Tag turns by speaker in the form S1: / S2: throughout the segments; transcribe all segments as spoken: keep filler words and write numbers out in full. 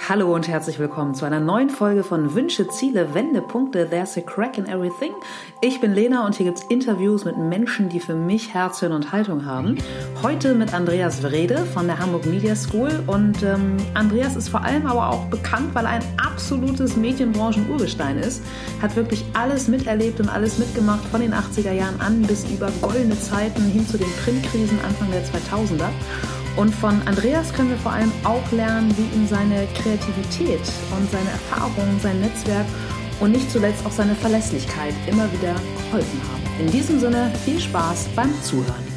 S1: Hallo und herzlich willkommen zu einer neuen Folge von Wünsche, Ziele, Wendepunkte, There's a Crack in Everything. Ich bin Lena und hier gibt's Interviews mit Menschen, die für mich Herz, Hirn und Haltung haben. Heute mit Andreas Wrede von der Hamburg Media School. Und ähm, Andreas ist vor allem aber auch bekannt, weil er ein absolutes Medienbranchen-Urgestein ist. Hat wirklich alles miterlebt und alles mitgemacht, von den achtziger Jahren an bis über goldene Zeiten hin zu den Printkrisen Anfang der zweitausender. Und von Andreas können wir vor allem auch lernen, wie ihm seine Kreativität und seine Erfahrungen, sein Netzwerk und nicht zuletzt auch seine Verlässlichkeit immer wieder geholfen haben. In diesem Sinne viel Spaß beim Zuhören.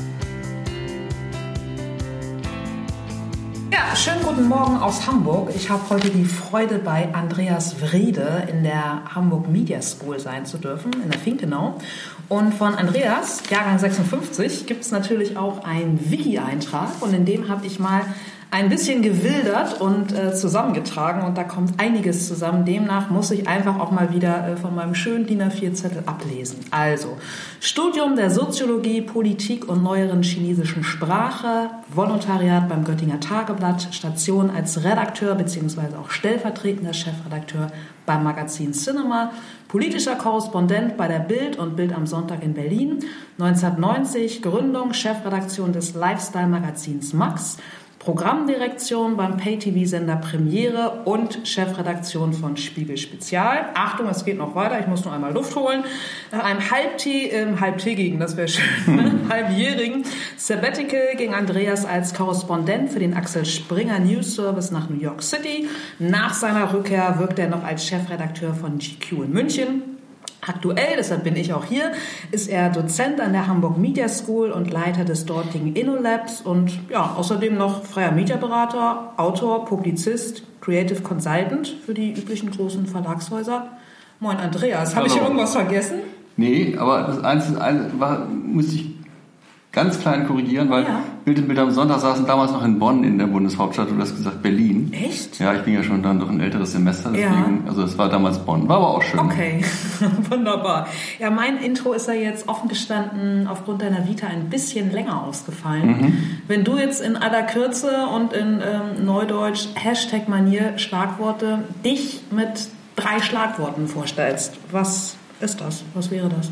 S1: Ja, schönen guten Morgen aus Hamburg. Ich habe heute die Freude, bei Andreas Wrede in der Hamburg Media School sein zu dürfen, in der Finkenau. Und von Andreas, Jahrgang sechsundfünfzig, gibt es natürlich auch einen Wiki-Eintrag. Und in dem habe ich mal ein bisschen gewildert und äh, zusammengetragen. Und da kommt einiges zusammen. Demnach muss ich einfach auch mal wieder äh, von meinem schönen D I N A vier Zettel ablesen. Also, Studium der Soziologie, Politik und neueren chinesischen Sprache, Volontariat beim Göttinger Tageblatt, Station als Redakteur bzw. auch stellvertretender Chefredakteur beim Magazin Cinema, politischer Korrespondent bei der Bild und Bild am Sonntag in Berlin, neunzehnhundertneunzig Gründung, Chefredaktion des Lifestyle-Magazins Max, Programmdirektion beim Pay-T V-Sender Premiere und Chefredaktion von Spiegel Spezial. Achtung, es geht noch weiter, ich muss nur einmal Luft holen. Nach einem halbtä- äh, halbtägigen, das wäre schön, ne? halbjährigen Sabbatical ging Andreas als Korrespondent für den Axel Springer News Service nach New York City. Nach seiner Rückkehr wirkt er noch als Chefredakteur von G Q in München. Aktuell, deshalb bin ich auch hier, ist er Dozent an der Hamburg Media School und Leiter des dortigen InnoLabs und ja, außerdem noch freier Mediaberater, Autor, Publizist, Creative Consultant für die üblichen großen Verlagshäuser. Moin Andreas, habe ich irgendwas vergessen?
S2: Nee, aber das Einzige war, musste ich ganz klein korrigieren, weil ja. Bild und Bild am Sonntag saßen damals noch in Bonn in der Bundeshauptstadt, du hast gesagt Berlin.
S1: Echt?
S2: Ja, ich bin ja schon dann doch ein älteres Semester, deswegen, ja. Also es war damals Bonn, war aber auch schön.
S1: Okay, wunderbar. Ja, mein Intro ist ja jetzt offen gestanden aufgrund deiner Vita ein bisschen länger ausgefallen. Mhm. Wenn du jetzt in aller Kürze und in ähm, Neudeutsch Hashtag-Manier Schlagworte dich mit drei Schlagworten vorstellst, was ist das? Was wäre das?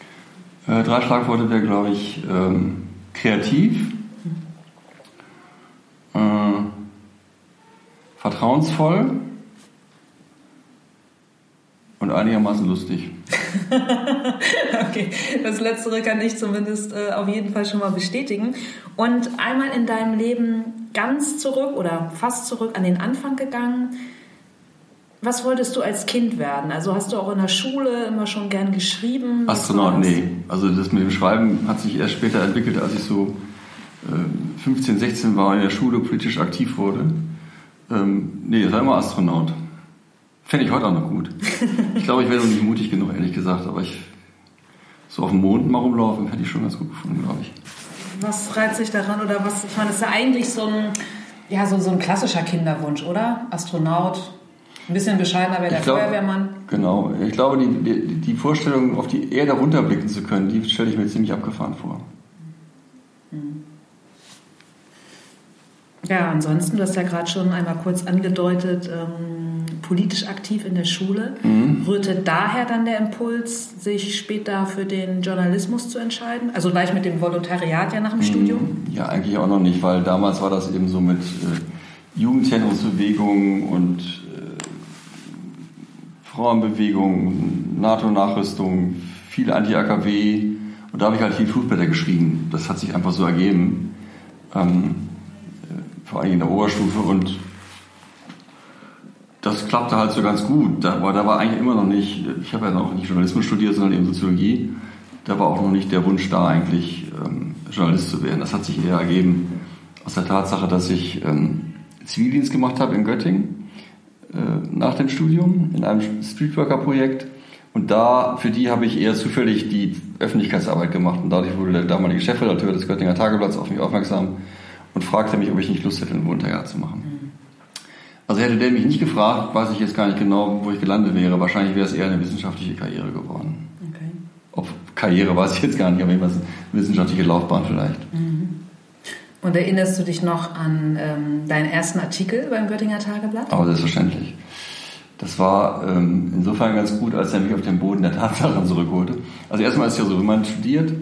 S2: Äh, drei Schlagworte wäre, glaube ich, ähm, kreativ, äh, vertrauensvoll und einigermaßen lustig.
S1: Okay, das Letztere kann ich zumindest äh, auf jeden Fall schon mal bestätigen. Und einmal in deinem Leben ganz zurück oder fast zurück an den Anfang gegangen. Was wolltest du als Kind werden? Also hast du auch in der Schule immer schon gern geschrieben?
S2: Astronaut, nee. Also das mit dem Schreiben hat sich erst später entwickelt, als ich so äh, fünfzehn, sechzehn war und in der Schule politisch aktiv wurde. Ähm, nee, das war immer Astronaut. Fände ich heute auch noch gut. Ich glaube, ich wäre noch nicht mutig genug, ehrlich gesagt. Aber ich so auf dem Mond mal rumlaufen, hätte ich schon ganz gut gefunden, glaube ich.
S1: Was reizt sich daran? Oder was? Ich meine, das ist ja eigentlich so ein, ja, so, so ein klassischer Kinderwunsch, oder? Astronaut. Ein bisschen bescheidener wäre der
S2: glaub,
S1: Feuerwehrmann.
S2: Genau. Ich glaube, die, die, die Vorstellung, auf die Erde runterblicken zu können, die stelle ich mir ziemlich abgefahren vor.
S1: Ja, ansonsten, du hast ja gerade schon einmal kurz angedeutet, ähm, politisch aktiv in der Schule. Mhm. Rührte daher dann der Impuls, sich später für den Journalismus zu entscheiden? Also gleich mit dem Volontariat ja nach dem mhm. Studium?
S2: Ja, eigentlich auch noch nicht, weil damals war das eben so mit äh, Jugendzentrumsbewegungen und Frauenbewegung, NATO-Nachrüstung, viel Anti-A K W und da habe ich halt viel Flugblätter geschrieben. Das hat sich einfach so ergeben, ähm, vor allem in der Oberstufe und das klappte halt so ganz gut. Da war, da war eigentlich immer noch nicht, ich habe ja noch nicht Journalismus studiert, sondern eben Soziologie, da war auch noch nicht der Wunsch da eigentlich ähm, Journalist zu werden. Das hat sich eher ergeben aus der Tatsache, dass ich ähm, Zivildienst gemacht habe in Göttingen nach dem Studium in einem Streetworker-Projekt und da, für die habe ich eher zufällig die Öffentlichkeitsarbeit gemacht und dadurch wurde der damalige Chefredakteur des Göttinger Tageblatts auf mich aufmerksam und fragte mich, ob ich nicht Lust hätte, ein Volontariat zu machen. Also hätte der mich nicht gefragt, weiß ich jetzt gar nicht genau, wo ich gelandet wäre. Wahrscheinlich wäre es eher eine wissenschaftliche Karriere geworden. Okay. Ob Karriere weiß ich jetzt gar nicht, aber jedenfalls eine wissenschaftliche Laufbahn vielleicht.
S1: Mhm. Und erinnerst du dich noch an ähm, deinen ersten Artikel beim Göttinger Tageblatt?
S2: Aber selbstverständlich. Das war ähm, insofern ganz gut, als er mich auf den Boden der Tatsachen zurückholte. Also erstmal ist es ja so, wenn man studiert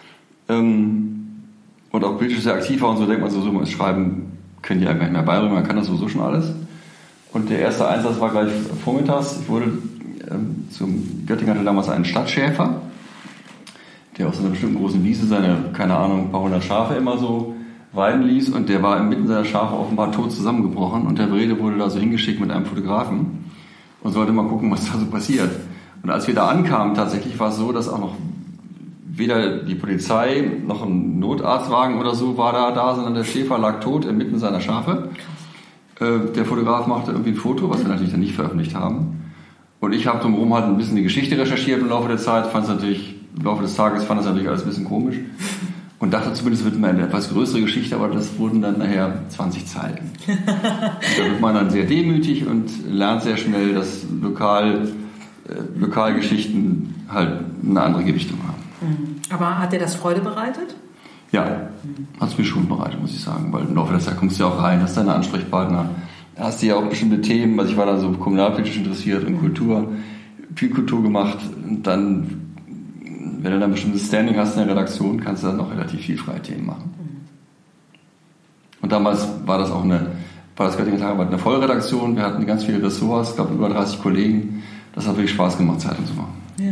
S2: ähm, und auch politisch sehr aktiv war und so, denkt man so, so das Schreiben können die ja gar nicht mehr beibringen, man kann das sowieso schon alles. Und der erste Einsatz war gleich vormittags. Ich wurde ähm, zum Göttingen hatte damals einen Stadtschäfer, der auf so einer bestimmten großen Wiese seine, keine Ahnung, ein paar hundert Schafe immer so weiden ließ, und der war inmitten seiner Schafe offenbar tot zusammengebrochen, und der Wrede wurde da so hingeschickt mit einem Fotografen und sollte mal gucken, was da so passiert. Und als wir da ankamen, tatsächlich war es so, dass auch noch weder die Polizei noch ein Notarztwagen oder so war da, da sondern der Schäfer lag tot inmitten seiner Schafe. Äh, der Fotograf machte irgendwie ein Foto, was wir natürlich dann nicht veröffentlicht haben. Und ich habe drumherum halt ein bisschen die Geschichte recherchiert im Laufe der Zeit, fand es natürlich, im Laufe des Tages fand es natürlich alles ein bisschen komisch. Und dachte zumindest, wird mal eine etwas größere Geschichte, aber das wurden dann nachher zwanzig Zeilen. Und da wird man dann sehr demütig und lernt sehr schnell, dass Lokal, äh, Lokalgeschichten halt eine andere Gewichtung haben.
S1: Aber hat dir das Freude bereitet?
S2: Ja, hat es mir schon bereitet, muss ich sagen, weil im Laufe der Zeit kommst du ja auch rein, hast deine Ansprechpartner, hast du ja auch bestimmte Themen, also ich war dann so kommunalpolitisch interessiert und Kultur, viel Kultur gemacht, und dann, wenn du dann ein bestimmtes Standing hast in der Redaktion, kannst du dann noch relativ viel freie Themen machen. Und damals war das auch eine, war das Göttinger Tageblatt eine Vollredaktion, wir hatten ganz viele Ressorts, es gab über dreißig Kollegen, das hat wirklich Spaß gemacht, Zeitung zu machen.
S1: Ja.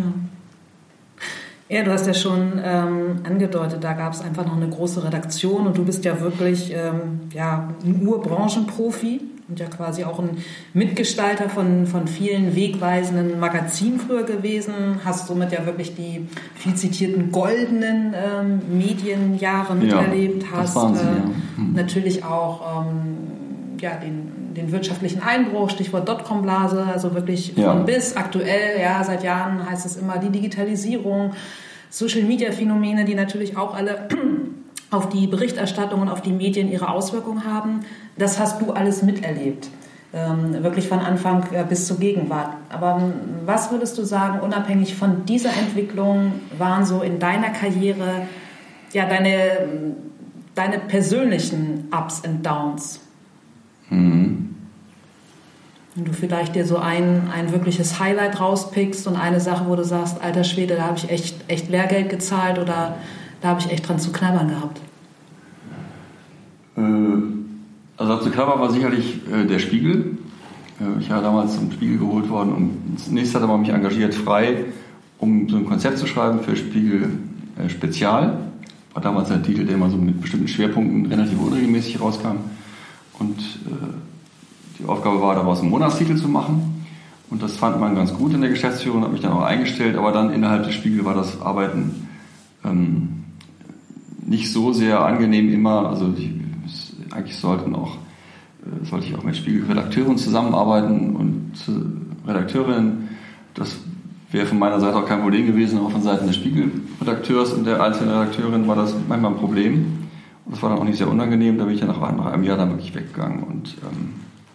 S1: Ja, du hast ja schon ähm, angedeutet, da gab es einfach noch eine große Redaktion, und du bist ja wirklich ähm, ja, ein Urbranchenprofi und ja quasi auch ein Mitgestalter von, von vielen wegweisenden Magazinen früher gewesen, hast somit ja wirklich die viel zitierten goldenen ähm, Medienjahre miterlebt,
S2: ja,
S1: hast
S2: Wahnsinn,
S1: äh,
S2: ja. hm.
S1: natürlich auch ähm, ja, den, den wirtschaftlichen Einbruch, Stichwort Dotcom-Blase, also wirklich von
S2: ja.
S1: bis aktuell, ja, seit Jahren heißt es immer die Digitalisierung, Social-Media-Phänomene, die natürlich auch alle auf die Berichterstattung und auf die Medien ihre Auswirkungen haben. Das hast du alles miterlebt, ähm, wirklich von Anfang bis zur Gegenwart. Aber was würdest du sagen, unabhängig von dieser Entwicklung, waren so in deiner Karriere ja deine, deine persönlichen Ups and Downs?
S2: Mhm.
S1: Wenn du vielleicht dir so ein, ein wirkliches Highlight rauspickst und eine Sache, wo du sagst, alter Schwede, da habe ich echt, echt Lehrgeld gezahlt oder da habe ich echt dran zu knabbern gehabt.
S2: Also zu knabbern war sicherlich äh, der Spiegel. Äh, ich war damals zum Spiegel geholt worden, und zunächst hatte man mich engagiert frei, um so ein Konzept zu schreiben für Spiegel äh, Spezial. War damals ein Titel, der immer so mit bestimmten Schwerpunkten relativ unregelmäßig rauskam. Und äh, die Aufgabe war, daraus einen Monatstitel zu machen. Und das fand man ganz gut in der Geschäftsführung, hat mich dann auch eingestellt. Aber dann innerhalb des Spiegel war das Arbeiten ähm, nicht so sehr angenehm immer. Also ich, eigentlich sollten auch, äh, sollte ich auch mit Spiegelredakteuren zusammenarbeiten und äh, Redakteurinnen. Das wäre von meiner Seite auch kein Problem gewesen, aber von Seiten des Spiegelredakteurs und der einzelnen Redakteurin war das manchmal ein Problem. Und das war dann auch nicht sehr unangenehm. Da bin ich ja nach, nach einem Jahr dann wirklich weggegangen und ähm,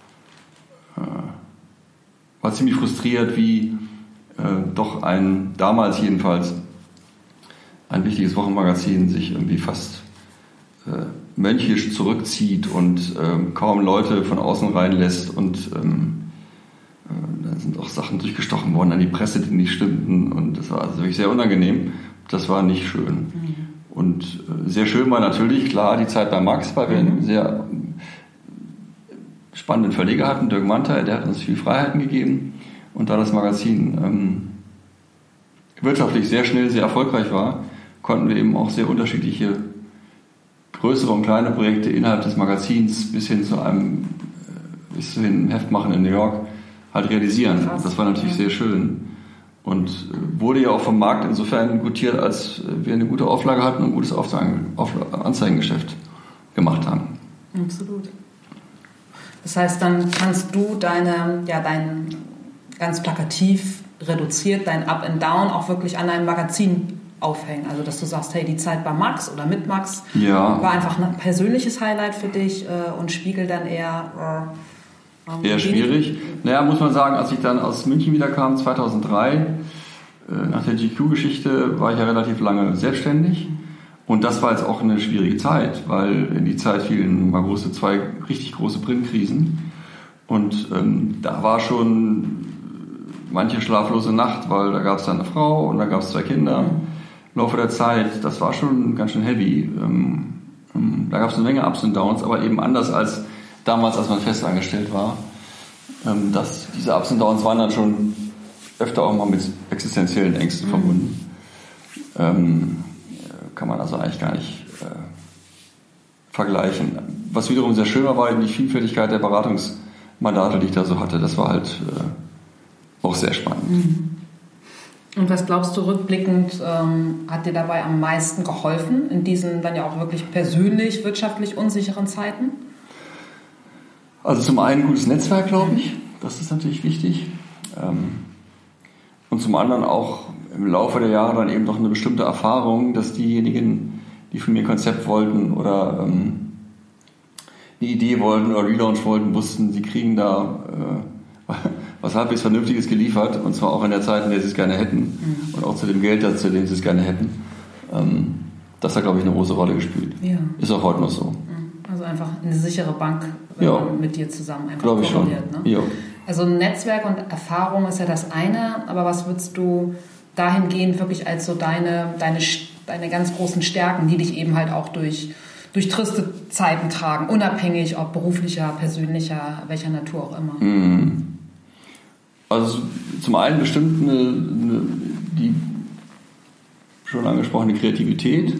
S2: war ziemlich frustriert, wie äh, doch ein, damals jedenfalls, ein wichtiges Wochenmagazin sich irgendwie fast äh, mönchisch zurückzieht und ähm, kaum Leute von außen reinlässt, und ähm, äh, da sind auch Sachen durchgestochen worden an die Presse, die nicht stimmten, und das war also wirklich sehr unangenehm. Das war nicht schön. Mhm. Und äh, sehr schön war natürlich, klar, die Zeit bei Max, weil wir mhm. einen sehr spannenden Verleger hatten, Dirk Mantei, der hat uns viel Freiheiten gegeben, und da das Magazin ähm, wirtschaftlich sehr schnell sehr erfolgreich war, konnten wir eben auch sehr unterschiedliche größere und kleine Projekte innerhalb des Magazins bis hin zu einem äh, bis zu einem Heft machen in New York halt realisieren. Krass. Das war natürlich sehr schön und äh, wurde ja auch vom Markt insofern gutiert, als wir eine gute Auflage hatten und ein gutes Aufzeigen, auf, Anzeigengeschäft gemacht haben.
S1: Absolut. Das heißt, dann kannst du deine, ja, dein ganz plakativ reduziert, dein Up and Down auch wirklich an einem Magazin aufhängen. Also, dass du sagst, hey, die Zeit bei Max oder mit Max
S2: ja.
S1: war einfach ein persönliches Highlight für dich äh, und Spiegel dann eher... Äh,
S2: eher schwierig. Naja, muss man sagen, als ich dann aus München wieder kam, zweitausenddrei, äh, nach der G Q-Geschichte, war ich ja relativ lange selbstständig Und das war jetzt auch eine schwierige Zeit, weil in die Zeit fielen mal große, zwei richtig große Printkrisen. Und ähm, da war schon manche schlaflose Nacht, weil da gab es dann eine Frau und da gab es zwei Kinder. Im Laufe der Zeit, das war schon ganz schön heavy. Ähm, ähm, da gab es eine Menge Ups und Downs, aber eben anders als damals, als man festangestellt war. Ähm, das, diese Ups und Downs waren dann schon öfter auch mal mit existenziellen Ängsten mhm. verbunden. Ähm, kann man also eigentlich gar nicht äh, vergleichen. Was wiederum sehr schön war, war eben die Vielfältigkeit der Beratungsmandate, die ich da so hatte. Das war halt äh, auch sehr spannend.
S1: Mhm. Und was glaubst du rückblickend, ähm, hat dir dabei am meisten geholfen in diesen dann ja auch wirklich persönlich, wirtschaftlich unsicheren Zeiten?
S2: Also zum einen ein gutes Netzwerk, glaube ich. Das ist natürlich wichtig. Ähm, und zum anderen auch im Laufe der Jahre dann eben doch eine bestimmte Erfahrung, dass diejenigen, die von mir Konzept wollten oder ähm, eine Idee wollten oder Relaunch wollten, wussten, sie kriegen da äh, was halbwegs Vernünftiges geliefert, und zwar auch in der Zeit, in der sie es gerne hätten mhm. und auch zu dem Geld, zu dem sie es gerne hätten. Ähm, das hat, glaube ich, eine große Rolle gespielt. Ja. Ist auch heute noch so.
S1: Also einfach eine sichere Bank, wenn ja. man mit dir zusammen einfach
S2: glaube kooperiert.
S1: Ich schon. Ne? Ja. Also Netzwerk und Erfahrung ist ja das eine, aber was würdest du dahingehend wirklich als so deine, deine, deine ganz großen Stärken, die dich eben halt auch durch, durch triste Zeiten tragen, unabhängig ob beruflicher, persönlicher, welcher Natur auch immer?
S2: Mhm. Also zum einen bestimmt eine, eine, die schon angesprochene Kreativität,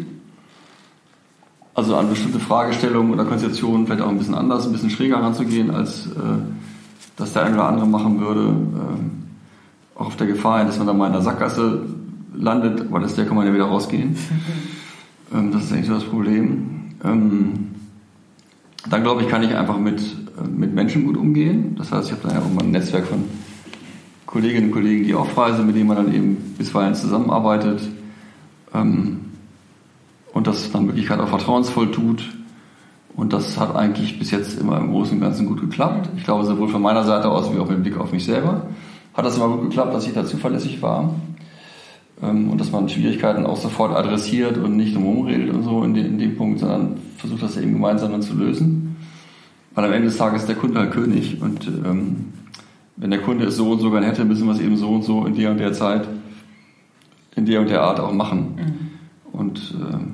S2: also an bestimmte Fragestellungen oder Konzeptionen vielleicht auch ein bisschen anders, ein bisschen schräger ranzugehen, als äh, das der eine oder andere machen würde. Äh, auch auf der Gefahr hin, dass man dann mal in der Sackgasse landet, aber aus der kann man ja wieder rausgehen. Ähm, das ist eigentlich so das Problem. Ähm, dann glaube ich, kann ich einfach mit, äh, mit Menschen gut umgehen. Das heißt, ich habe dann ja auch mal ein Netzwerk von Kolleginnen und Kollegen, die auch frei sind, mit denen man dann eben bisweilen zusammenarbeitet. Ähm, und das dann wirklich halt auch vertrauensvoll tut. Und das hat eigentlich bis jetzt immer im Großen und Ganzen gut geklappt. Ich glaube, sowohl von meiner Seite aus wie auch mit Blick auf mich selber hat das immer gut geklappt, dass ich da zuverlässig war. Und dass man Schwierigkeiten auch sofort adressiert und nicht drum redet und so in dem, in dem Punkt, sondern versucht, das eben gemeinsam dann zu lösen. Weil am Ende des Tages ist der Kunde halt König. Und ähm, wenn der Kunde es so und so gern hätte, müssen wir es eben so und so in der und der Zeit, in der und der Art auch machen. Mhm. Und ähm,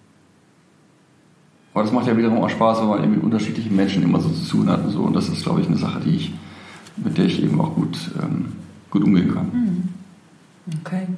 S2: aber das macht ja wiederum auch Spaß, wenn man eben mit unterschiedlichen Menschen immer so zu tun hat und so. Und das ist, glaube ich, eine Sache, die ich, mit der ich eben auch gut, ähm, gut umgehen kann.
S1: Okay.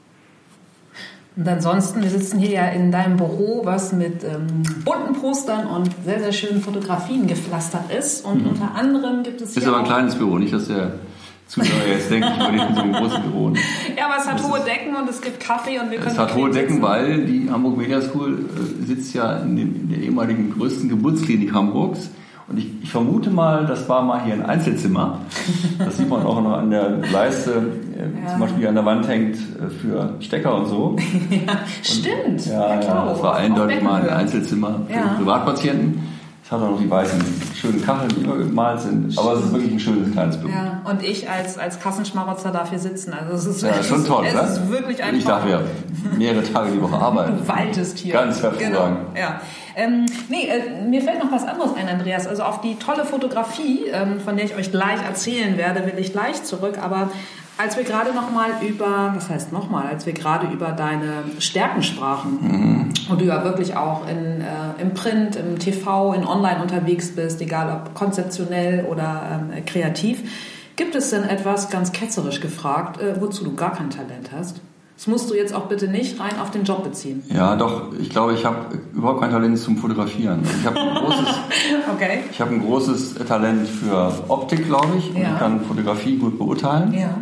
S1: Und ansonsten, wir sitzen hier ja in deinem Büro, was mit ähm, bunten Postern und sehr, sehr schönen Fotografien gepflastert ist. Und mhm. unter anderem gibt es hier
S2: ist aber ein kleines Büro, nicht, dass der Zuschauer jetzt denkt, ich bin in so einem großen Büro.
S1: Ja, aber es hat das hohe Decken und es gibt Kaffee und wir können.
S2: Es hat hohe Decken, weil die Hamburg Media School äh, sitzt ja in, den, in der ehemaligen größten Geburtsklinik Hamburgs. Und ich, ich vermute mal, das war mal hier ein Einzelzimmer. Das sieht man auch noch an der Leiste, äh, ja. zum Beispiel an der Wand hängt äh, für Stecker und so.
S1: Ja, stimmt.
S2: Und, ja, ja, klar, das war eindeutig mal ein Einzelzimmer für ja. Privatpatienten. Es hat auch noch die weißen schönen Kacheln, die übergemalt sind. Aber es ist wirklich ein schönes kleines Büro.
S1: Ja, und ich als, als Kassenschmarotzer darf hier sitzen. Also es ist,
S2: ja,
S1: es
S2: schon
S1: ist,
S2: toll,
S1: es
S2: ne?
S1: ist wirklich einfach.
S2: Ich darf ja mehrere Tage die Woche arbeiten.
S1: Du waltest hier.
S2: Ganz hervorragend.
S1: Genau. Ja. Ähm, nee, äh, mir fällt noch was anderes ein, Andreas. Also auf die tolle Fotografie, ähm, von der ich euch gleich erzählen werde, will ich gleich zurück. Aber als wir gerade noch mal über, was heißt noch mal, als wir gerade über deine Stärken sprachen mhm. und du ja wirklich auch in, äh, im Print, im T V, in Online unterwegs bist, egal ob konzeptionell oder ähm, kreativ, gibt es denn etwas, ganz ketzerisch gefragt, äh, wozu du gar kein Talent hast? Das musst du jetzt auch bitte nicht rein auf den Job beziehen.
S2: Ja, doch. Ich glaube, ich habe überhaupt kein Talent zum Fotografieren. Ich habe ein großes,
S1: okay.
S2: ich habe ein großes Talent für Optik, glaube ich. Und ja. ich kann Fotografie gut beurteilen.
S1: Ja.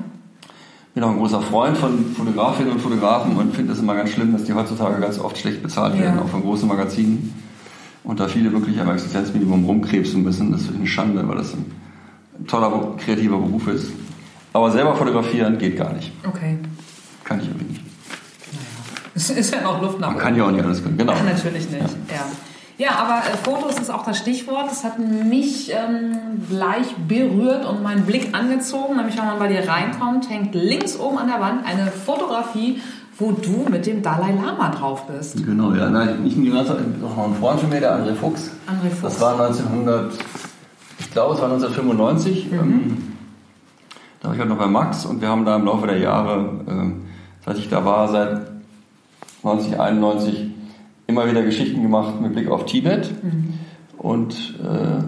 S2: Bin auch ein großer Freund von Fotografinnen und Fotografen und finde es immer ganz schlimm, dass die heutzutage ganz oft schlecht bezahlt werden, ja. auch von großen Magazinen. Und da viele wirklich am Existenzminimum rumkrebsen müssen. Das ist eine Schande, weil das ein toller, kreativer Beruf ist. Aber selber fotografieren geht gar nicht.
S1: Okay.
S2: Kann ich irgendwie nicht.
S1: Naja, es ist ja noch Luft nach oben.
S2: Man kann ja auch nicht alles können, genau.
S1: Ja, natürlich nicht, ja. ja. Ja, aber äh, Fotos ist auch das Stichwort. Das hat mich ähm, gleich berührt und meinen Blick angezogen. Nämlich, wenn man bei dir reinkommt, hängt links oben an der Wand eine Fotografie
S2: wo
S1: du mit dem Dalai Lama drauf bist.
S2: Genau, ja. Nein, nicht nur noch ein Freund von mir, der André Fuchs.
S1: André Fuchs.
S2: Das war neunzehnhundert, ich glaube, es war neunzehnhundertfünfundneunzig. Mhm. Ähm, da war ich halt noch bei Max und wir haben da im Laufe der Jahre, äh, seit ich da war, seit neunzehnhunderteinundneunzig, immer wieder Geschichten gemacht mit Blick auf Tibet. Mhm. Und äh,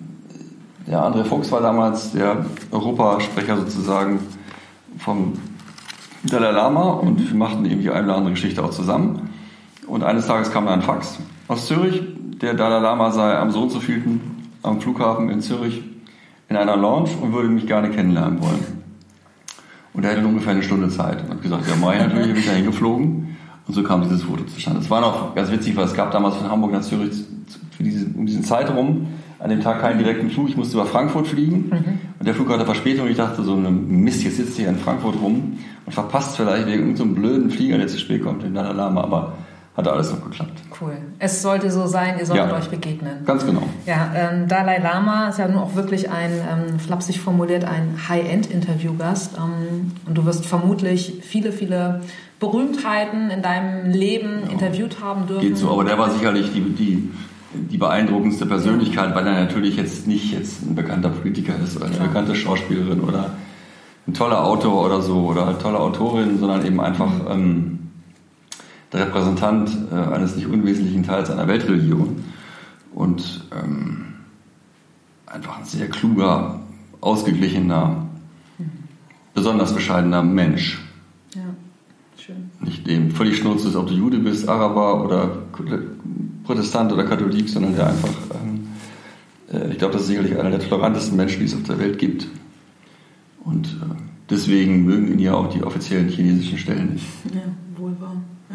S2: der André Fuchs war damals der Europasprecher sozusagen vom Dalai Lama und wir machten eben die eine oder andere Geschichte auch zusammen. Und eines Tages kam da ein Fax aus Zürich, der Dalai Lama sei am so und so vielten am Flughafen in Zürich in einer Lounge und würde mich gerne kennenlernen wollen. Und er hatte ungefähr eine Stunde Zeit. Und hat gesagt, ja, Mai natürlich, bin ich da hingeflogen. Und so kam dieses Foto zustande. Es war noch ganz witzig, weil es gab damals von Hamburg nach Zürich für diese, um diesen Zeitraum an dem Tag keinen direkten Flug. Ich musste über Frankfurt fliegen. Mhm. Und der Flug hatte Verspätung. Und ich dachte so, Mist, jetzt sitzt hier in Frankfurt rum und verpasst vielleicht wegen irgendeinem so blöden Flieger, der zu spät kommt, den Dalai Lama. Aber hat alles noch geklappt.
S1: Cool. Es sollte so sein, ihr solltet ja, euch begegnen.
S2: Ganz genau.
S1: Ja, ähm, Dalai Lama ist ja nun auch wirklich ein, ähm, flapsig formuliert, ein High-End-Interviewgast. Ähm, und du wirst vermutlich viele, viele Berühmtheiten in deinem Leben genau. interviewt haben dürfen.
S2: Geht so, aber der war sicherlich die, die, die beeindruckendste Persönlichkeit, weil er natürlich jetzt nicht jetzt ein bekannter Politiker ist oder eine ja. bekannte Schauspielerin oder ein toller Autor oder so oder eine tolle Autorin, sondern eben einfach mhm. ähm, der Repräsentant äh, eines nicht unwesentlichen Teils einer Weltreligion und ähm, einfach ein sehr kluger, ausgeglichener, mhm. besonders bescheidener Mensch.
S1: Ja, schön.
S2: Nicht dem völlig schnurz ist, ob du Jude bist, Araber oder Protestant oder Katholik, sondern der einfach, ähm, äh, ich glaube, das ist sicherlich einer der tolerantesten Menschen, die es auf der Welt gibt. Und äh, deswegen mögen ihn ja auch die offiziellen chinesischen Stellen nicht.
S1: Ja, wohl wahr. Ja.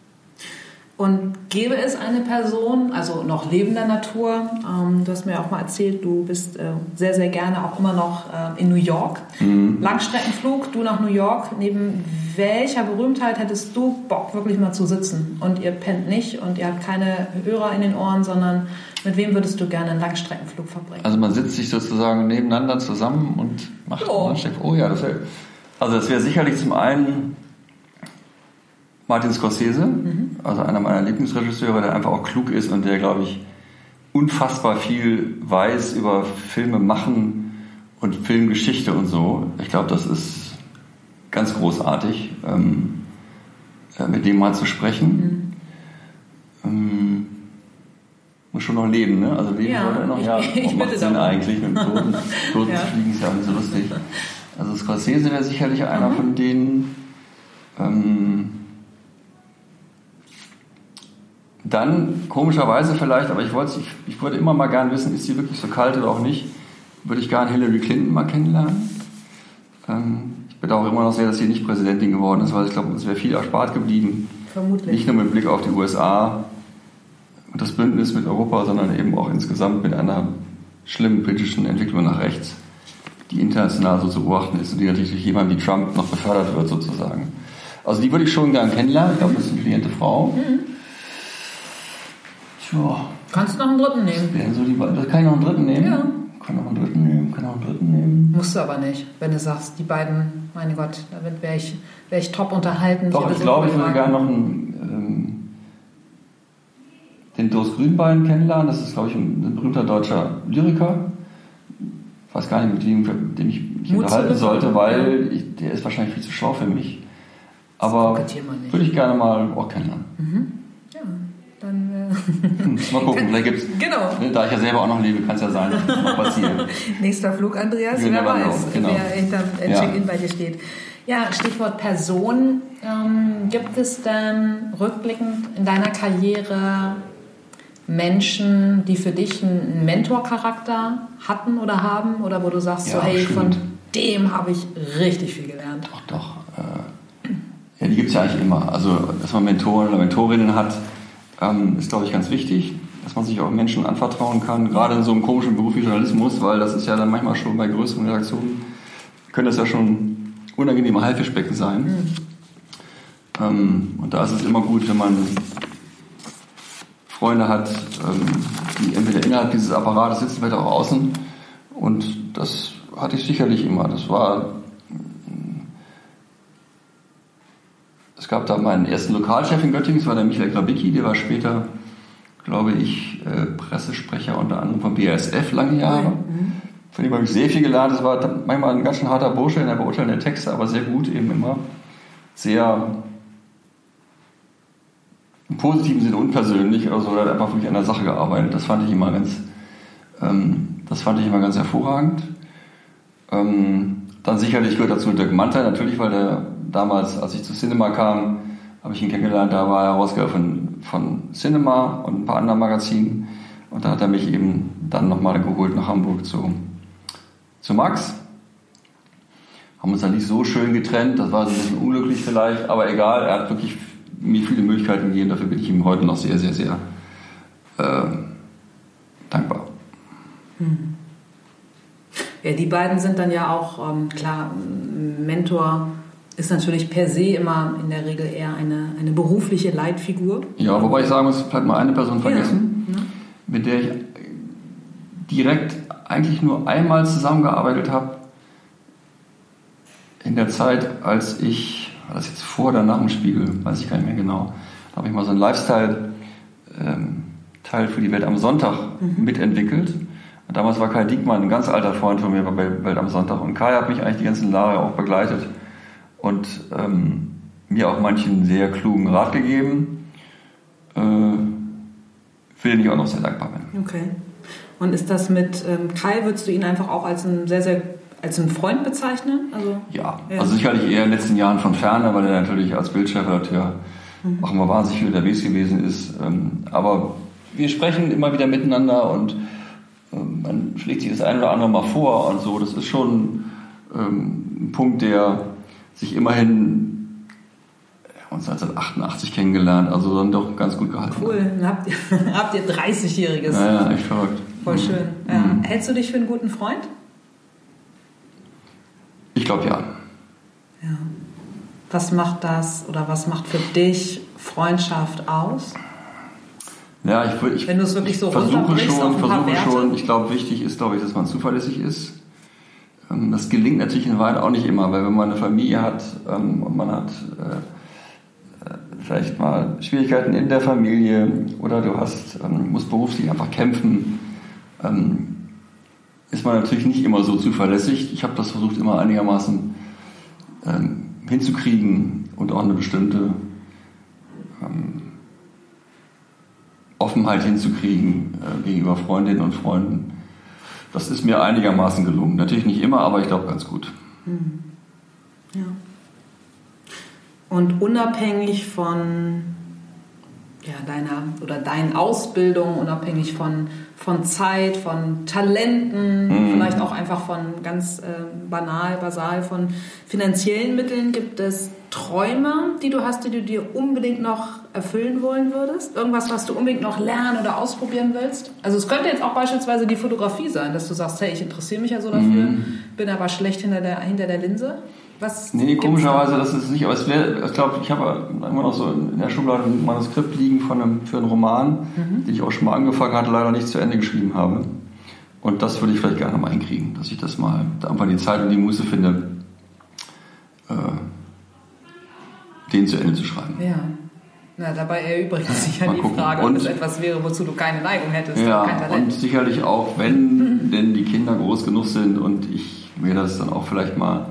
S1: Und gäbe es eine Person, also noch lebender Natur, ähm, du hast mir auch mal erzählt, du bist äh, sehr, sehr gerne auch immer noch äh, in New York. Mhm. Langstreckenflug, du nach New York. Neben welcher Berühmtheit hättest du Bock, wirklich mal zu sitzen? Und ihr pennt nicht und ihr habt keine Hörer in den Ohren, sondern mit wem würdest du gerne einen Langstreckenflug verbringen?
S2: Also man sitzt sich sozusagen nebeneinander zusammen und macht
S1: oh.
S2: einen Langstrecken. Oh ja, das wäre... Also das wäre sicherlich zum einen Martin Scorsese, mhm. also einer meiner Lieblingsregisseure, der einfach auch klug ist und der, glaube ich, unfassbar viel weiß über Filme machen und Filmgeschichte und so. Ich glaube, das ist ganz großartig, ähm, mit dem mal zu sprechen. Mhm. Ähm, muss schon noch leben, ne? Also leben
S1: ja,
S2: sollte er noch.
S1: Ich,
S2: ja,
S1: ich
S2: macht Sinn eigentlich, mit dem Toten, Toten
S1: ja.
S2: zu fliegen ist ja auch nicht so lustig. Also Scorsese wäre sicherlich einer mhm. von denen. Ähm, Dann, komischerweise vielleicht, aber ich wollte, ich, ich wollte immer mal gern wissen, ist sie wirklich so kalt oder auch nicht, würde ich gern Hillary Clinton mal kennenlernen. Ähm, ich bedauere immer noch sehr, dass sie nicht Präsidentin geworden ist, weil ich glaube, es wäre viel erspart geblieben.
S1: Vermutlich.
S2: Nicht nur mit Blick auf die U S A und das Bündnis mit Europa, sondern eben auch insgesamt mit einer schlimmen politischen Entwicklung nach rechts, die international so zu beobachten ist und die natürlich durch jemanden wie Trump noch befördert wird sozusagen. Also die würde ich schon gern kennenlernen. Ich glaube, das ist eine intelligente Frau. Mhm. Ja.
S1: Kannst du noch einen dritten nehmen?
S2: So die, kann ich noch einen dritten nehmen?
S1: Ja.
S2: Kann noch einen dritten nehmen, kann noch einen dritten nehmen.
S1: Musst du aber nicht, wenn du sagst, die beiden, meine Gott, damit wäre ich, wär ich top unterhalten.
S2: Doch, ich, ich glaube, ich würde gerne noch einen, ähm, den Dos Grünbein kennenlernen. Das ist, glaube ich, ein, ein berühmter deutscher Lyriker. Ich weiß gar nicht, mit wem, mit dem ich mich Mut unterhalten sollte, weil ich, der ist wahrscheinlich viel zu schlau für mich. Aber würde ich gerne mal auch kennenlernen.
S1: Mhm. Ja. Dann,
S2: äh mal gucken, vielleicht gibt's.
S1: Genau.
S2: Da ich ja selber auch noch lebe, kann es ja sein, dass das mal passiert.
S1: Nächster Flug, Andreas, wer weiß, genau. wer hinterm ja. Check-in bei dir steht. Ja, Stichwort Person. Ähm, gibt es denn rückblickend in deiner Karriere Menschen, die für dich einen Mentorcharakter hatten oder haben? Oder wo du sagst, ja, so, hey, stimmt. von dem habe ich richtig viel gelernt?
S2: Doch, doch. Äh, ja, die gibt es ja eigentlich immer. Also, dass man Mentoren oder Mentorinnen hat, ist, glaube ich, ganz wichtig, dass man sich auch Menschen anvertrauen kann, gerade in so einem komischen Beruf wie Journalismus, weil das ist ja dann manchmal schon bei größeren Redaktionen, können das ja schon unangenehme Haifischbecken sein. Mhm. Ähm, und da ist es immer gut, wenn man Freunde hat, ähm, die entweder innerhalb dieses Apparates sitzen, vielleicht auch außen. Und das hatte ich sicherlich immer. Das war es gab da meinen ersten Lokalchef in Göttingen, das war der Michael Grabicki, der war später, glaube ich, äh, Pressesprecher unter anderem vom B A S F lange Jahre. Mhm. Von dem habe ich sehr viel gelernt. Das war manchmal ein ganz schön harter Bursche in der Beurteilung der Texte, aber sehr gut, eben immer sehr im positiven Sinne unpersönlich oder so, oder hat einfach wirklich an der Sache gearbeitet. Das fand ich immer ganz, ähm, das fand ich immer ganz hervorragend. Ähm, dann sicherlich gehört dazu Dirk Mantei, natürlich, weil der damals, als ich zu Cinema kam, habe ich ihn kennengelernt, da war er Herausgeber von, von Cinema und ein paar anderen Magazinen. Und da hat er mich eben dann nochmal geholt nach Hamburg zu, zu Max. Haben uns dann nicht so schön getrennt, das war so ein bisschen unglücklich vielleicht, aber egal, er hat wirklich mir viele Möglichkeiten gegeben, dafür bin ich ihm heute noch sehr, sehr, sehr äh, dankbar.
S1: Hm. Ja, die beiden sind dann ja auch, ähm, klar, Mentor ist natürlich per se immer in der Regel eher eine, eine berufliche Leitfigur.
S2: Ja, wobei ich sagen muss, vielleicht mal eine Person vergessen, ja. Ja. mit der ich direkt eigentlich nur einmal zusammengearbeitet habe, in der Zeit, als ich, war das jetzt vor oder nach dem Spiegel, weiß ich gar nicht mehr genau, da habe ich mal so einen Lifestyle-Teil ähm, für die Welt am Sonntag mhm. mitentwickelt. Und damals war Kai Diekmann ein ganz alter Freund von mir bei Welt am Sonntag. Und Kai hat mich eigentlich die ganzen Jahre auch begleitet und ähm, mir auch manchen sehr klugen Rat gegeben, äh, für den ich auch noch sehr dankbar bin.
S1: Okay. Und ist das mit ähm, Kai, würdest du ihn einfach auch als einen sehr, sehr als einen Freund bezeichnen? Also,
S2: ja, ja, also sicherlich eher in den letzten Jahren von ferne, weil er natürlich als Bildchefredakteur mhm. auch immer wahnsinnig viel unterwegs gewesen ist. Ähm, aber wir sprechen immer wieder miteinander und ähm, man schlägt sich das ein oder andere mal vor und so. Das ist schon ähm, ein Punkt, der sich immerhin uns neunzehnhundertachtundachtzig kennengelernt, also dann doch ganz gut gehalten.
S1: Cool, dann habt ihr, habt ihr dreißigjähriges.
S2: Ja, ja, echt verrückt.
S1: Voll schön.
S2: Mhm.
S1: Ja. Hältst du dich für einen guten Freund?
S2: Ich glaube ja.
S1: Ja. Was macht das oder was macht für dich Freundschaft aus?
S2: Ja, ich, ich,
S1: Wenn du es wirklich so
S2: versuche schon, versuche
S1: Werte?
S2: schon. Ich glaube, wichtig ist, glaube ich, dass man zuverlässig ist. Das gelingt natürlich in Wahrheit auch nicht immer, weil wenn man eine Familie hat und man hat vielleicht mal Schwierigkeiten in der Familie oder du hast, musst beruflich einfach kämpfen, ist man natürlich nicht immer so zuverlässig. Ich habe das versucht, immer einigermaßen ähm, hinzukriegen und auch eine bestimmte ähm, Offenheit hinzukriegen äh, gegenüber Freundinnen und Freunden. Das ist mir einigermaßen gelungen. Natürlich nicht immer, aber ich glaube ganz gut.
S1: Mhm. Ja. Und unabhängig von ja, deiner oder deinen Ausbildung, unabhängig von, von Zeit, von Talenten, mhm. vielleicht auch einfach von ganz äh, banal, basal von finanziellen Mitteln, gibt es Träume, die du hast, die du dir unbedingt noch erfüllen wollen würdest? Irgendwas, was du unbedingt noch lernen oder ausprobieren willst? Also es könnte jetzt auch beispielsweise die Fotografie sein, dass du sagst, hey, ich interessiere mich ja so dafür, mhm. bin aber schlecht hinter der, hinter der Linse. Was
S2: nee, komischerweise, da? Das ist nicht, aber es wäre, ich glaube, ich habe immer noch so in der Schublade ein Manuskript liegen von einem, für einen Roman, mhm. den ich auch schon mal angefangen hatte, leider nicht zu Ende geschrieben habe. Und das würde ich vielleicht gerne mal hinkriegen, dass ich das mal, da einfach die Zeit und die Muße finde, äh, den zu Ende zu schreiben.
S1: Ja. Na, dabei erübrigt sich ja die gucken. Frage, ob es etwas wäre, wozu du keine Neigung hättest.
S2: Ja,
S1: kein Talent.
S2: Und sicherlich auch, wenn denn die Kinder groß genug sind und ich mir das dann auch vielleicht mal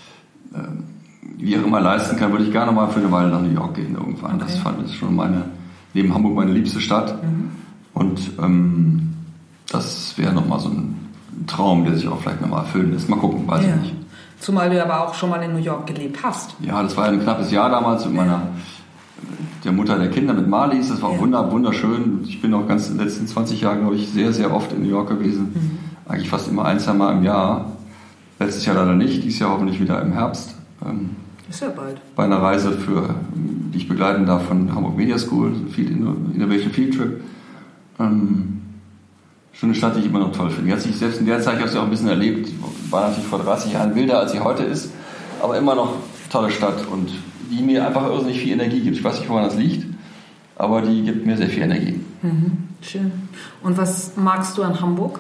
S2: wie auch immer leisten kann, würde ich gerne mal für eine Weile nach New York gehen irgendwann. Okay. Das fand ich schon meine, neben Hamburg meine liebste Stadt. Mhm. Und ähm, das wäre nochmal so ein Traum, der sich auch vielleicht nochmal erfüllen lässt. Mal gucken, weiß ja. ich nicht.
S1: Zumal du aber auch schon mal in New York gelebt hast.
S2: Ja, das war ein knappes Jahr damals mit meiner, der Mutter der Kinder, mit Marlies. Das war ja. wunderschön. Ich bin auch ganz in den letzten zwanzig Jahren, glaube ich, sehr, sehr oft in New York gewesen. Mhm. Eigentlich fast immer ein, zwei Mal im Jahr. Letztes Jahr leider nicht, dieses Jahr hoffentlich wieder im Herbst. Ähm,
S1: ist ja bald.
S2: Bei einer Reise, für, die ich begleiten darf von Hamburg Media School, Innovation Field Trip. Ähm, schöne Stadt, die ich immer noch toll finde. Die hat sich selbst in der Zeit, ich habe sie auch ein bisschen erlebt, war natürlich vor dreißig Jahren wilder, als sie heute ist, aber immer noch tolle Stadt und die mir einfach irrsinnig viel Energie gibt. Ich weiß nicht, woran das liegt, aber die gibt mir sehr viel Energie.
S1: Mhm, schön. Und was magst du an Hamburg?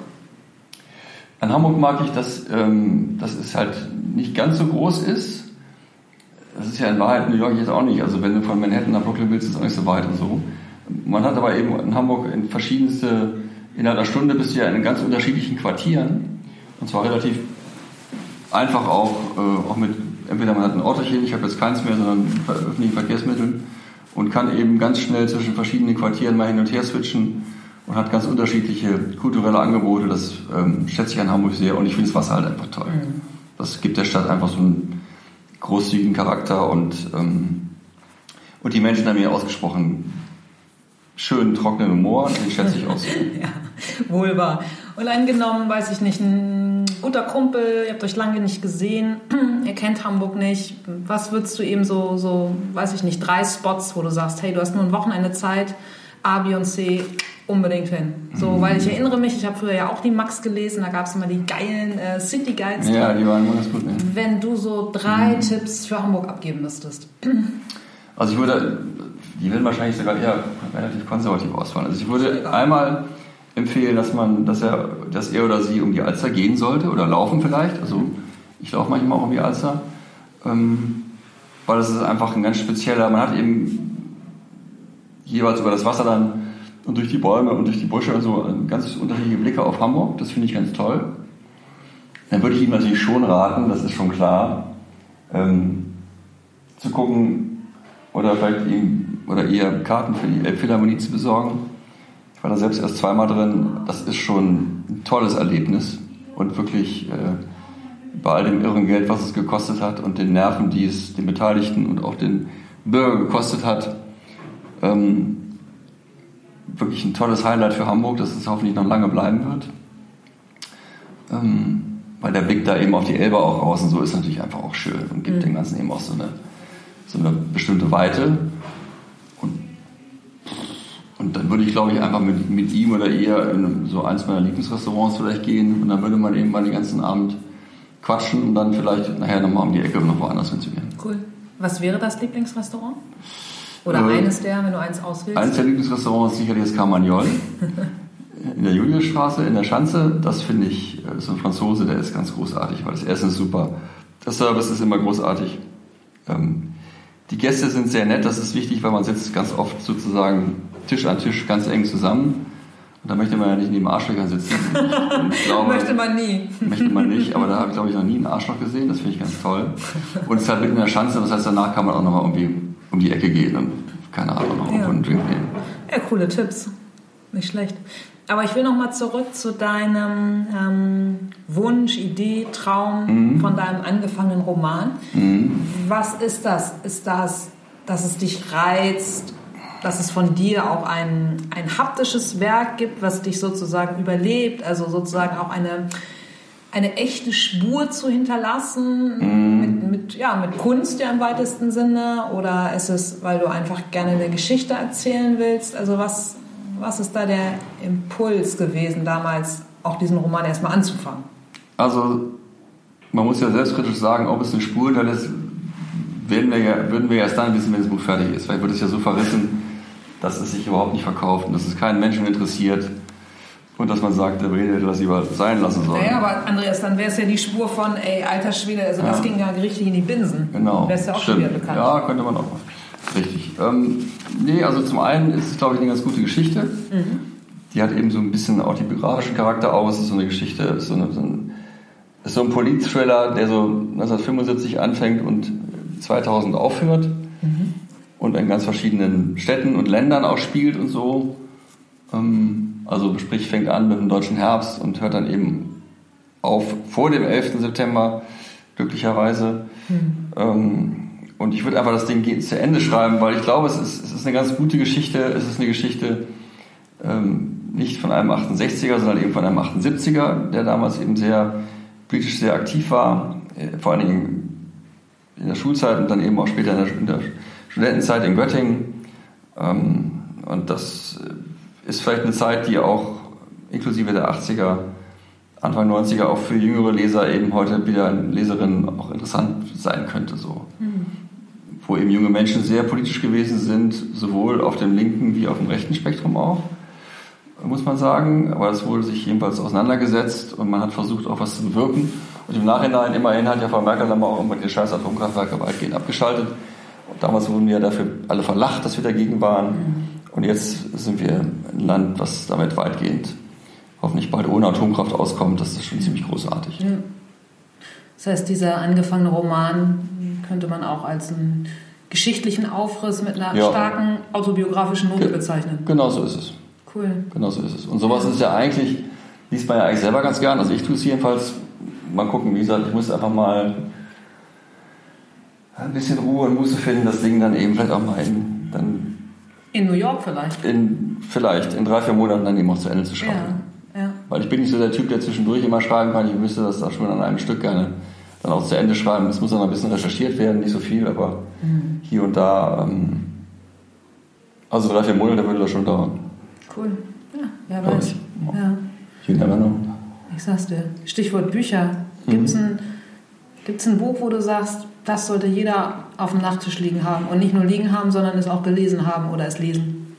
S2: An Hamburg mag ich, dass, ähm, dass es halt nicht ganz so groß ist. das ist ja in Wahrheit New York jetzt auch nicht. Also wenn du von Manhattan nach Brooklyn willst, ist es auch nicht so weit und so. Man hat aber eben in Hamburg in verschiedenste, in einer Stunde bist du ja in ganz unterschiedlichen Quartieren. Und zwar relativ einfach auch, äh, auch mit, entweder man hat ein Autochen, ich habe jetzt keins mehr, sondern öffentliche Verkehrsmittel und kann eben ganz schnell zwischen verschiedenen Quartieren mal hin und her switchen und hat ganz unterschiedliche kulturelle Angebote. Das ähm, schätze ich an Hamburg sehr und ich finde das Wasser halt einfach toll. Mhm. Das gibt der Stadt einfach so einen großzügigen Charakter und, ähm, und die Menschen haben hier ausgesprochen schönen, trockenen Humor, den schätze ich aus.
S1: Ja, wohl wahr. Und angenommen, weiß ich nicht, ein guter Kumpel, ihr habt euch lange nicht gesehen, ihr kennt Hamburg nicht. Was würdest du eben so, so, weiß ich nicht, drei Spots, wo du sagst, hey, du hast nur ein Wochenende Zeit, A, B und C, unbedingt hin. So, mhm. Weil ich erinnere mich, ich habe früher ja auch die Max gelesen, da gab es immer die geilen äh, City Guides.
S2: Ja, die waren ganz gut. Ne?
S1: Wenn du so drei mhm. Tipps für Hamburg abgeben müsstest.
S2: Also ich würde, die werden wahrscheinlich sogar eher relativ konservativ ausfallen. Also ich würde einmal empfehlen, dass man, dass er, dass er oder sie um die Alster gehen sollte oder laufen vielleicht. Also ich laufe manchmal auch um die Alster, ähm, weil das ist einfach ein ganz spezieller. Man hat eben jeweils über das Wasser dann und durch die Bäume und durch die Busche und so ganz unterschiedliche Blicke auf Hamburg. Das finde ich ganz toll. Dann würde ich ihm natürlich schon raten, das ist schon klar, ähm, zu gucken oder vielleicht ihm oder ihr Karten für die Elbphilharmonie zu besorgen. Ich war da selbst erst zweimal drin. Das ist schon ein tolles Erlebnis und wirklich äh, bei all dem irren Geld, was es gekostet hat und den Nerven, die es den Beteiligten und auch den Bürgern gekostet hat, ähm, wirklich ein tolles Highlight für Hamburg, dass es hoffentlich noch lange bleiben wird. Ähm, weil der Blick da eben auf die Elbe auch raus und so ist natürlich einfach auch schön und gibt mhm. dem Ganzen eben auch so eine, so eine bestimmte Weite. Und, und dann würde ich, glaube ich, einfach mit, mit ihm oder ihr in so eins meiner Lieblingsrestaurants vielleicht gehen und dann würde man eben mal den ganzen Abend quatschen und dann vielleicht nachher nochmal um die Ecke, um noch woanders hinzugehen.
S1: Cool. Was wäre das Lieblingsrestaurant? Oder äh, eines der, wenn du eins auswählst?
S2: Eines der Lieblingsrestaurants ist sicherlich das Carmagnol in der Juliusstraße, in der Schanze. Das finde ich, das ist ein Franzose, der ist ganz großartig, weil das Essen ist super. Der Service ist immer großartig. Ähm, die Gäste sind sehr nett, das ist wichtig, weil man sitzt ganz oft sozusagen Tisch an Tisch ganz eng zusammen. Und da möchte man ja nicht neben Arschlöchern sitzen. Ich glaube,
S1: möchte man nie.
S2: Möchte man nicht, aber da habe ich, glaube ich, noch nie einen Arschloch gesehen. Das finde ich ganz toll. Und es ist halt mitten in der Schanze, das heißt, danach kann man auch nochmal irgendwie um die Ecke gehen und, keine Ahnung, noch
S1: ja.
S2: einen Drink nehmen.
S1: Ja, coole Tipps. Nicht schlecht. Aber ich will nochmal zurück zu deinem ähm, Wunsch, Idee, Traum mhm. von deinem angefangenen Roman. Mhm. Was ist das? Ist das, dass es dich reizt, dass es von dir auch ein, ein haptisches Werk gibt, was dich sozusagen überlebt, also sozusagen auch eine, eine echte Spur zu hinterlassen, mm. mit, mit, ja, mit Kunst ja im weitesten Sinne, oder ist es, weil du einfach gerne eine Geschichte erzählen willst? Also was, was ist da der Impuls gewesen, damals auch diesen Roman erstmal anzufangen?
S2: Also man muss ja selbstkritisch sagen, ob es eine Spur hinterlässt, werden wir ja, würden wir ja erst dann wissen, wenn das Buch fertig ist. Vielleicht wird es ja so verrissen, dass es sich überhaupt nicht verkauft und dass es keinen Menschen interessiert und dass man sagt, der Brede hätte das lieber sein lassen sollen.
S1: Naja, aber Andreas, dann wäre es ja die Spur von, ey, alter Schwede, also das ja. ging ja richtig in die Binsen.
S2: Genau.
S1: Wärst ja auch
S2: Stimmt.
S1: schon wieder bekannt.
S2: Ja, könnte man auch. Richtig. Ähm, nee, also zum einen ist es, glaube ich, eine ganz gute Geschichte. Mhm. Die hat eben so ein bisschen autobiografischen Charakter aus. Es ist so eine Geschichte, ist so, eine, so ein, ist so ein Polit-Thriller, der so neunzehnhundertfünfundsiebzig anfängt und zweitausend aufhört. Mhm. Und in ganz verschiedenen Städten und Ländern auch spielt und so. Also sprich, fängt an mit dem deutschen Herbst und hört dann eben auf vor dem elften September, glücklicherweise. Mhm. Und ich würde einfach das Ding zu Ende schreiben, weil ich glaube, es ist, es ist eine ganz gute Geschichte. Es ist eine Geschichte nicht von einem achtundsechziger, sondern eben von einem achtundsiebziger, der damals eben sehr politisch sehr aktiv war, vor allen Dingen in der Schulzeit und dann eben auch später in der, in der Studentenzeit in Göttingen. Und das ist vielleicht eine Zeit, die auch inklusive der achtziger, Anfang neunziger auch für jüngere Leser eben heute wieder Leserinnen auch interessant sein könnte. So. Mhm. Wo eben junge Menschen sehr politisch gewesen sind, sowohl auf dem linken wie auf dem rechten Spektrum auch. muss man sagen, aber es wurde sich jedenfalls auseinandergesetzt und man hat versucht, auch was zu bewirken. Und im Nachhinein, immerhin hat ja Frau Merkel dann auch immer die scheiß Atomkraftwerke weitgehend abgeschaltet. Und damals wurden wir dafür alle verlacht, dass wir dagegen waren. Mhm. Und jetzt sind wir ein Land, was damit weitgehend hoffentlich bald ohne Atomkraft auskommt. Das ist schon ziemlich großartig.
S1: Ja. Das heißt, dieser angefangene Roman könnte man auch als einen geschichtlichen Aufriss mit einer ja. starken autobiografischen Note Ge- bezeichnen.
S2: Genau so ist es.
S1: Cool.
S2: Genau so ist es. Und sowas ist ja eigentlich, liest man ja eigentlich selber ganz gern. Also ich tue es jedenfalls, mal gucken, wie gesagt, ich muss einfach mal ein bisschen Ruhe und Muße finden, das Ding dann eben vielleicht auch mal in, dann
S1: in New York vielleicht.
S2: In, vielleicht, in drei, vier Monaten dann eben auch zu Ende zu schreiben.
S1: Ja, ja.
S2: Weil ich bin nicht so der Typ, der zwischendurch immer schreiben kann. Ich müsste das da schon an einem Stück gerne dann auch zu Ende schreiben. Es muss dann ein bisschen recherchiert werden, nicht so viel, aber mhm. hier und da, ähm, also drei, vier Monate würde das schon dauern.
S1: Cool. Ja, wer weiß. Ja.
S2: You never know.
S1: Ich sag's dir. Stichwort Bücher. Gibt's, mhm. ein, gibt's ein Buch, wo du sagst, das sollte jeder auf dem Nachttisch liegen haben und nicht nur liegen haben, sondern es auch gelesen haben oder es lesen?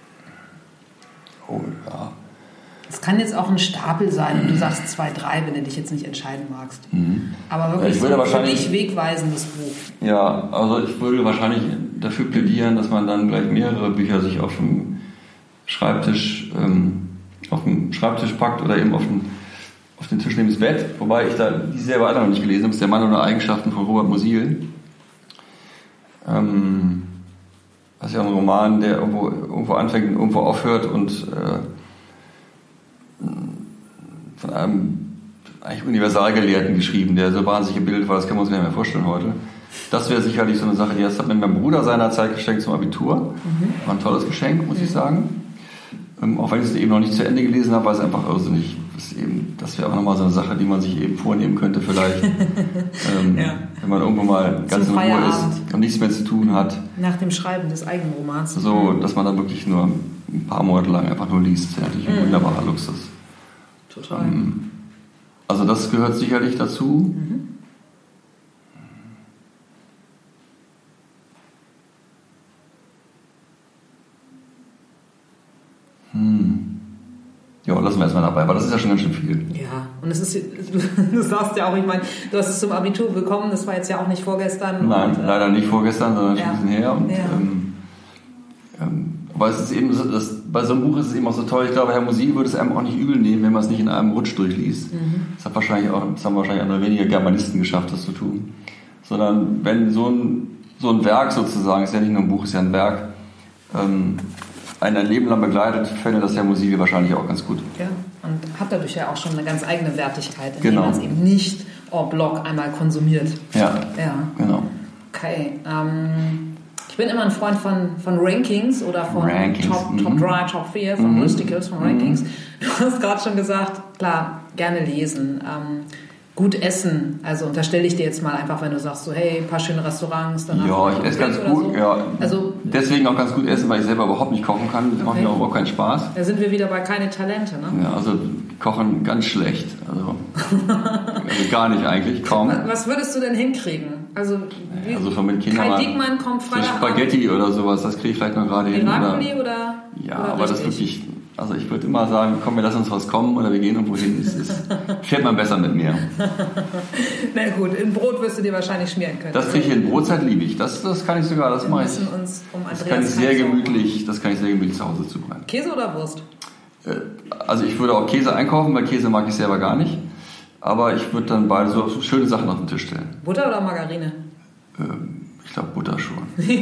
S2: Oh ja.
S1: Es kann jetzt auch ein Stapel sein und du sagst zwei, drei, wenn du dich jetzt nicht entscheiden magst. Mhm. Aber wirklich
S2: ja, so ein
S1: für dich wegweisendes Buch.
S2: Ja, also ich würde wahrscheinlich dafür plädieren, dass man dann gleich mehrere Bücher sich auf dem Schreibtisch, ähm, auf dem Schreibtisch packt oder eben auf den, auf den Tisch neben das Bett. Wobei ich da die selber noch nicht gelesen habe. Das ist der Mann ohne Eigenschaften von Robert Musil. Ähm, das ist ja ein Roman, der irgendwo, irgendwo anfängt und irgendwo aufhört und äh, von einem eigentlich Universalgelehrten geschrieben, der so wahnsinnig gebildet war, das können wir uns gar nicht mehr vorstellen heute. Das wäre sicherlich so eine Sache, die das hat mir mein Bruder seinerzeit geschenkt zum Abitur. Mhm. War ein tolles Geschenk, muss ich sagen. Ähm, auch wenn ich es eben noch nicht zu Ende gelesen habe, war es einfach irrsinnig. Das, eben, das wäre auch nochmal so eine Sache, die man sich eben vornehmen könnte vielleicht. ähm, ja. Wenn man irgendwo mal ganz in Ruhe ist und nichts mehr zu tun hat.
S1: Nach dem Schreiben des eigenen Romans.
S2: So, dass man dann wirklich nur ein paar Monate lang einfach nur liest. Das ist natürlich ein mhm. wunderbarer Luxus.
S1: Total.
S2: Ähm, also das gehört sicherlich dazu.
S1: Mhm.
S2: Hm. Ja, lassen wir erstmal dabei, aber das ist ja schon ganz schön viel.
S1: Ja, und es ist, du, du sagst ja auch, ich meine, du hast es zum Abitur bekommen, das war jetzt ja auch nicht vorgestern.
S2: Nein,
S1: und,
S2: leider nicht vorgestern, sondern schon
S1: ja.
S2: ein bisschen her. Und,
S1: ja.
S2: ähm, ähm, aber es ist eben, so, das, bei so einem Buch ist es eben auch so toll, ich glaube, Herr Musil würde es einem auch nicht übel nehmen, wenn man es nicht in einem Rutsch durchliest. Mhm. Das, hat wahrscheinlich auch, das haben wahrscheinlich andere wenige Germanisten geschafft, das zu tun. Sondern wenn so ein, so ein Werk sozusagen, ist ja nicht nur ein Buch, ist ja ein Werk, ähm, einen ein Leben lang begleitet, fände das Herr Musil wahrscheinlich auch ganz gut.
S1: Ja, und hat dadurch ja auch schon eine ganz eigene Wertigkeit, indem
S2: genau.
S1: man es eben nicht en bloc einmal konsumiert.
S2: Ja,
S1: ja.
S2: genau.
S1: Okay, ähm, ich bin immer ein Freund von, von Rankings oder von
S2: Rankings.
S1: Top,
S2: mhm.
S1: Top drei, Top vier, von
S2: mhm.
S1: Listicles, von Rankings.
S2: Mhm.
S1: Du hast gerade schon gesagt, klar, gerne lesen. Ähm, gut essen, also unterstelle ich dir jetzt mal einfach, wenn du sagst so, hey, ein paar schöne Restaurants, dann
S2: ja, ich esse ganz gut, so. ja.
S1: Also,
S2: deswegen auch ganz gut essen, weil ich selber überhaupt nicht kochen kann. Das okay. macht mir auch überhaupt keinen Spaß.
S1: Da sind wir wieder bei keine Talente, ne?
S2: Ja, also kochen ganz schlecht, also, also gar nicht eigentlich, kaum.
S1: Was würdest du denn hinkriegen? Also, wie,
S2: also von mit Kindern
S1: Kai Diekmann kommt Freitag
S2: so Spaghetti oder sowas, das kriege ich vielleicht noch gerade hin.
S1: Rakuli oder, oder?
S2: Ja,
S1: oder
S2: aber richtig? Das wirklich. Also ich würde immer sagen, komm, wir lassen uns was kommen oder wir gehen irgendwo hin. Es ist, fährt man besser mit mir.
S1: Na gut, in Brot wirst du dir wahrscheinlich schmieren können.
S2: Das kriege ich in Brotzeit, liebe ich. Das, das kann ich sogar, das mache ich.
S1: Uns um
S2: das kann ich sehr gemütlich, das kann ich sehr gemütlich zu Hause zubereiten.
S1: Käse oder Wurst?
S2: Also ich würde auch Käse einkaufen, weil Käse mag ich selber gar nicht. Aber ich würde dann beide so, so schöne Sachen auf den Tisch stellen.
S1: Butter oder Margarine?
S2: Ich glaube Butter schon.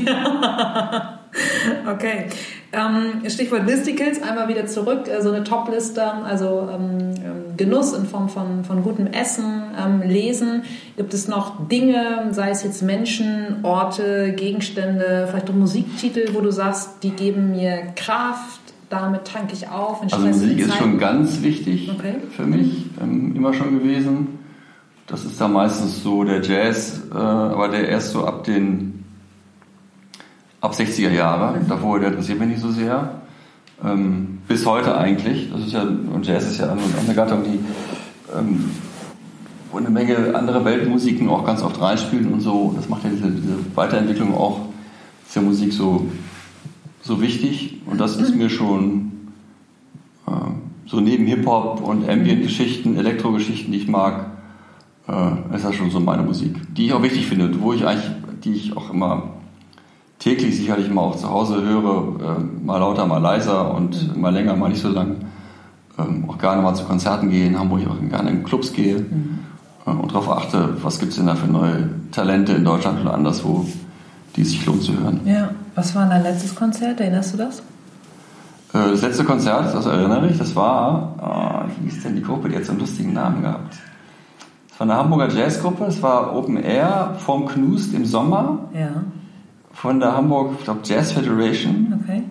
S1: Okay. Ähm, Stichwort Listicles, einmal wieder zurück, so eine Top-Liste, also ähm, Genuss in Form von, von gutem Essen, ähm, Lesen. Gibt es noch Dinge, sei es jetzt Menschen, Orte, Gegenstände, vielleicht auch Musiktitel, wo du sagst, die geben mir Kraft, damit tanke ich auf? In
S2: also Musik ist schon ganz wichtig
S1: okay.
S2: für mich, ähm, immer schon gewesen. Das ist da meistens so der Jazz, äh, aber der erst so ab den ab sechziger Jahre, davor der interessiert mich nicht so sehr. Ähm, bis heute eigentlich. Das ist ja, und Jazz ist ja eine Gattung, die ähm, wo eine Menge andere Weltmusiken auch ganz oft reinspielen und so. Das macht ja diese, diese Weiterentwicklung auch der Musik so, so wichtig. Und das ist mir schon, äh, so neben Hip-Hop und Ambient-Geschichten, Elektro-Geschichten, die ich mag, äh, ist das schon so meine Musik, die ich auch wichtig finde, wo ich eigentlich, die ich auch immer täglich sicherlich mal auch zu Hause höre, äh, mal lauter, mal leiser und mhm. mal länger, mal nicht so lang. Ähm, auch gerne mal zu Konzerten gehe, in Hamburg auch gerne in Clubs gehe mhm. äh, und darauf achte, was gibt es denn da für neue Talente in Deutschland oder anderswo, die es sich lohnt zu hören.
S1: Ja, was war dein letztes Konzert? Erinnerst du das?
S2: Äh, das letzte Konzert, das erinnere ich, das war, oh, wie hieß denn die Gruppe, die hat so einen lustigen Namen gehabt. Das war eine Hamburger Jazzgruppe, es war Open Air vom Knust im Sommer.
S1: Ja.
S2: Von der Hamburg, ich glaube, Jazz Federation.
S1: Okay.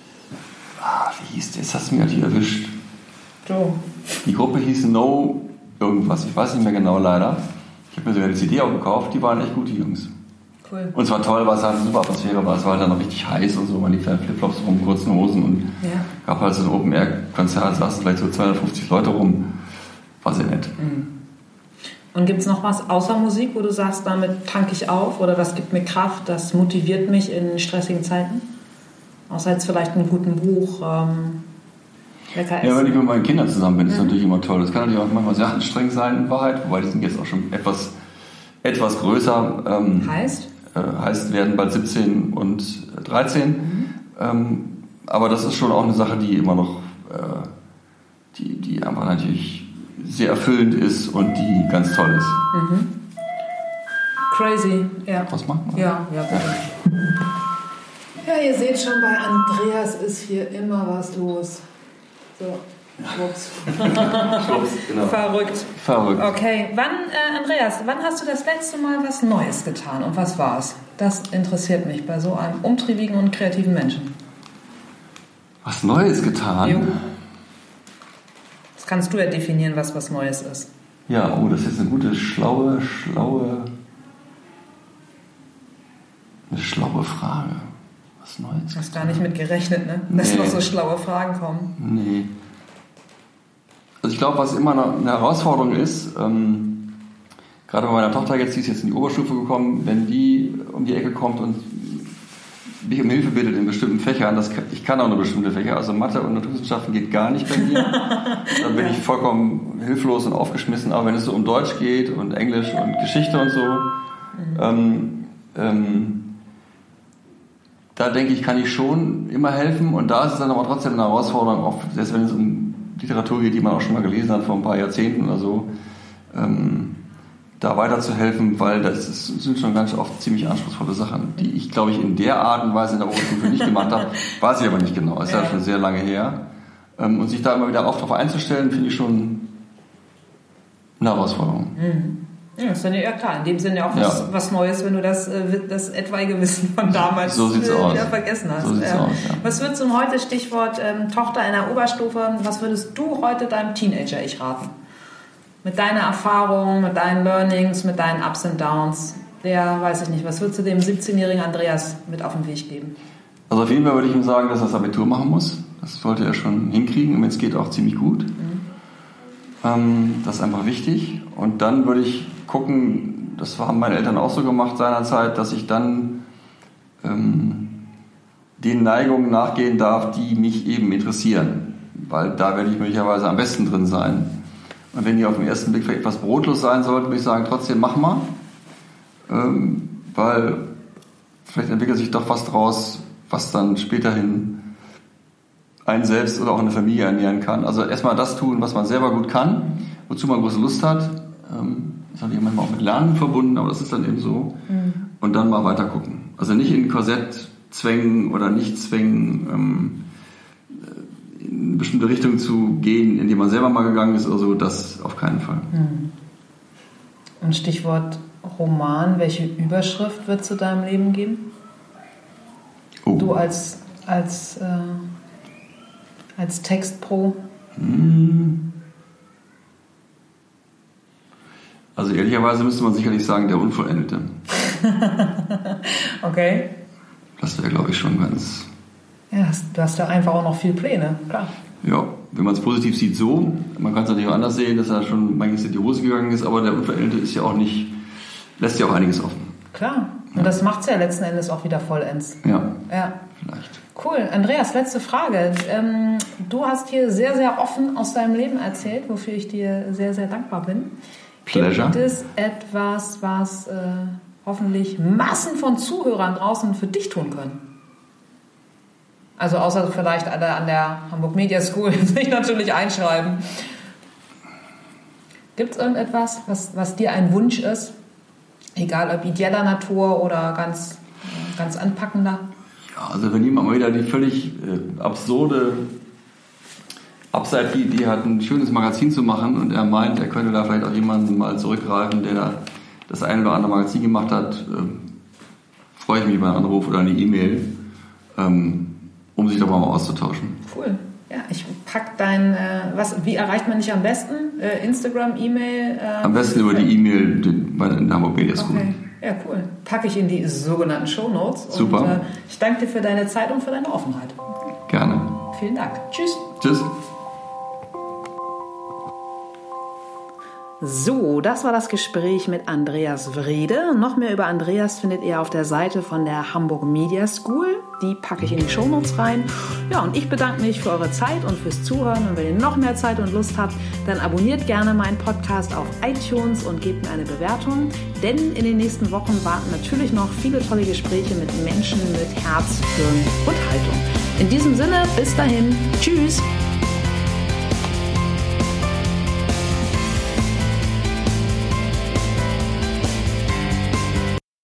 S2: Ah, wie hieß das? Jetzt hast du mich natürlich erwischt.
S1: So.
S2: Die Gruppe hieß No irgendwas, ich weiß nicht mehr genau leider. Ich habe mir sogar die C D auch gekauft, die waren echt gut, die Jungs.
S1: Cool.
S2: Und es war toll, weil es halt eine super Atmosphäre war. Es war halt dann noch richtig heiß und so, man lief halt Flipflops rum, kurzen Hosen und
S1: ja.
S2: gab halt so ein Open-Air-Konzert, saßen vielleicht so zweihundertfünfzig Leute rum. War sehr nett.
S1: Mhm. Und gibt es noch was außer Musik, wo du sagst, damit tanke ich auf oder das gibt mir Kraft, das motiviert mich in stressigen Zeiten? Außer jetzt vielleicht einem guten Buch, ähm, lecker essen.
S2: Ja, wenn ich mit meinen Kindern zusammen bin, ist
S1: mhm.
S2: natürlich immer toll. Das kann natürlich auch manchmal sehr anstrengend sein in Wahrheit, wobei die sind jetzt auch schon etwas, etwas größer. Ähm,
S1: heißt?
S2: Äh, heißt, werden bald siebzehn und dreizehn. Mhm. Ähm, aber das ist schon auch eine Sache, die immer noch, äh, die, die einfach natürlich sehr erfüllend ist und die ganz toll ist.
S1: Mhm. Crazy, ja.
S2: Was macht man?
S1: Ja, ja, bitte. Ja, ihr seht schon, bei Andreas ist hier immer was los. So, schwupps.
S2: Schwupps, genau.
S1: Verrückt.
S2: Verrückt.
S1: Okay, wann, äh, Andreas, wann hast du das letzte Mal was Neues getan und was war es? Das interessiert mich bei so einem umtriebigen und kreativen Menschen.
S2: Was Neues getan?
S1: Jo. Das kannst du ja definieren, was was Neues ist.
S2: Ja, oh, das ist jetzt eine gute, schlaue, schlaue, eine schlaue Frage. Was Neues?
S1: Du hast gar nicht mit gerechnet, ne? Dass
S2: nee.
S1: noch so schlaue Fragen kommen.
S2: Nee. Also ich glaube, was immer noch eine Herausforderung ist, ähm, gerade bei meiner Tochter jetzt, die ist jetzt in die Oberstufe gekommen, wenn die um die Ecke kommt und mich um Hilfe bittet in bestimmten Fächern, das kann, ich kann auch nur bestimmte Fächer, also Mathe und Naturwissenschaften geht gar nicht bei mir. Da bin ich vollkommen hilflos und aufgeschmissen, aber wenn es so um Deutsch geht und Englisch und Geschichte und so, mhm. ähm, ähm, da denke ich, kann ich schon immer helfen und da ist es dann aber trotzdem eine Herausforderung, auch selbst wenn es um Literatur geht, die man auch schon mal gelesen hat vor ein paar Jahrzehnten oder so, ähm, da weiterzuhelfen, weil das ist, sind schon ganz oft ziemlich anspruchsvolle Sachen, die ich, glaube ich, in der Art und Weise in der Oberstufe nicht gemacht habe, weiß ich aber nicht genau, ist ja, ja schon sehr lange her. Ähm, und sich da immer wieder auch darauf einzustellen, finde ich schon eine Herausforderung.
S1: Mhm. Ja, ist dann ja klar. In dem Sinne auch was, ja. was Neues, wenn du das, das etwaige Wissen von damals
S2: so sieht's aus.
S1: wieder vergessen hast.
S2: So sieht's
S1: ja.
S2: aus, ja.
S1: Was würdest du heute, Stichwort ähm, Tochter in der Oberstufe, was würdest du heute deinem Teenager-Ich raten? Mit deiner Erfahrung, mit deinen Learnings, mit deinen Ups und Downs. Der, weiß ich nicht, was würdest du dem siebzehnjährigen Andreas mit auf den Weg geben?
S2: Also auf jeden Fall würde ich ihm sagen, dass er das Abitur machen muss. Das sollte er schon hinkriegen und wenn es geht auch ziemlich gut. Mhm. Ähm, das ist einfach wichtig. Und dann würde ich gucken, das haben meine Eltern auch so gemacht seinerzeit, dass ich dann ähm, den Neigungen nachgehen darf, die mich eben interessieren. Weil da werde ich möglicherweise am besten drin sein. Und wenn die auf den ersten Blick vielleicht etwas brotlos sein sollten, würde ich sagen, trotzdem mach mal. Ähm, weil vielleicht entwickelt sich doch was draus, was dann späterhin einen selbst oder auch eine Familie ernähren kann. Also erstmal das tun, was man selber gut kann, wozu man große Lust hat. Ähm, das ist natürlich manchmal auch mit Lernen verbunden, aber das ist dann eben so. Mhm. Und dann mal weiter gucken. Also nicht in ein Korsett zwängen oder nicht zwängen, ähm, in eine bestimmte Richtung zu gehen, in die man selber mal gegangen ist oder so, das auf keinen Fall.
S1: Mhm. Und Stichwort Roman, welche Überschrift wird zu deinem Leben geben? Oh. Du als, als, äh, als Textpro?
S2: Hm. Also ehrlicherweise müsste man sicherlich sagen, der Unvollendete.
S1: Okay.
S2: Das wäre, glaube ich, schon ganz...
S1: Ja, du hast ja einfach auch noch viele Pläne, klar.
S2: Ja, wenn man es positiv sieht, so. Man kann es natürlich auch anders sehen, dass er schon manches in die Hose gegangen ist, aber der Unvollendete ist ja auch nicht, lässt ja auch einiges offen.
S1: Klar, und ja. Das macht es ja letzten Endes auch wieder vollends.
S2: Ja,
S1: ja.
S2: vielleicht.
S1: Cool. Andreas, letzte Frage. Ähm, du hast hier sehr, sehr offen aus deinem Leben erzählt, wofür ich dir sehr, sehr dankbar bin.
S2: Pleasure.
S1: Gibt es etwas, was äh, hoffentlich Massen von Zuhörern draußen für dich tun können? Also außer vielleicht alle an der Hamburg Media School sich natürlich einschreiben. Gibt es irgendetwas, was, was dir ein Wunsch ist? Egal ob ideeller Natur oder ganz, ganz anpackender?
S2: Ja, also wenn jemand mal wieder die völlig äh, absurde, abseitige Idee hat, ein schönes Magazin zu machen und er meint, er könnte da vielleicht auch jemanden mal zurückgreifen, der da das eine oder andere Magazin gemacht hat, äh, freue ich mich über einen Anruf oder eine E-Mail, ähm, um sich darüber mal auszutauschen.
S1: Cool. Ja, ich pack dein, äh, was, wie erreicht man dich am besten? Äh, Instagram, E-Mail? Äh,
S2: am besten über die E-Mail bei der Hamburg Media School.
S1: Okay. Ja, cool. Packe ich in die sogenannten Shownotes.
S2: Super.
S1: Und, äh, ich danke dir für deine Zeit und für deine Offenheit.
S2: Gerne.
S1: Vielen Dank. Tschüss.
S2: Tschüss.
S1: So, das war das Gespräch mit Andreas Wrede. Noch mehr über Andreas findet ihr auf der Seite von der Hamburg Media School. Die packe ich in die Shownotes rein. Ja, und ich bedanke mich für eure Zeit und fürs Zuhören. Und wenn ihr noch mehr Zeit und Lust habt, dann abonniert gerne meinen Podcast auf iTunes und gebt mir eine Bewertung. Denn in den nächsten Wochen warten natürlich noch viele tolle Gespräche mit Menschen mit Herz, Hirn und Haltung. In diesem Sinne, bis dahin. Tschüss.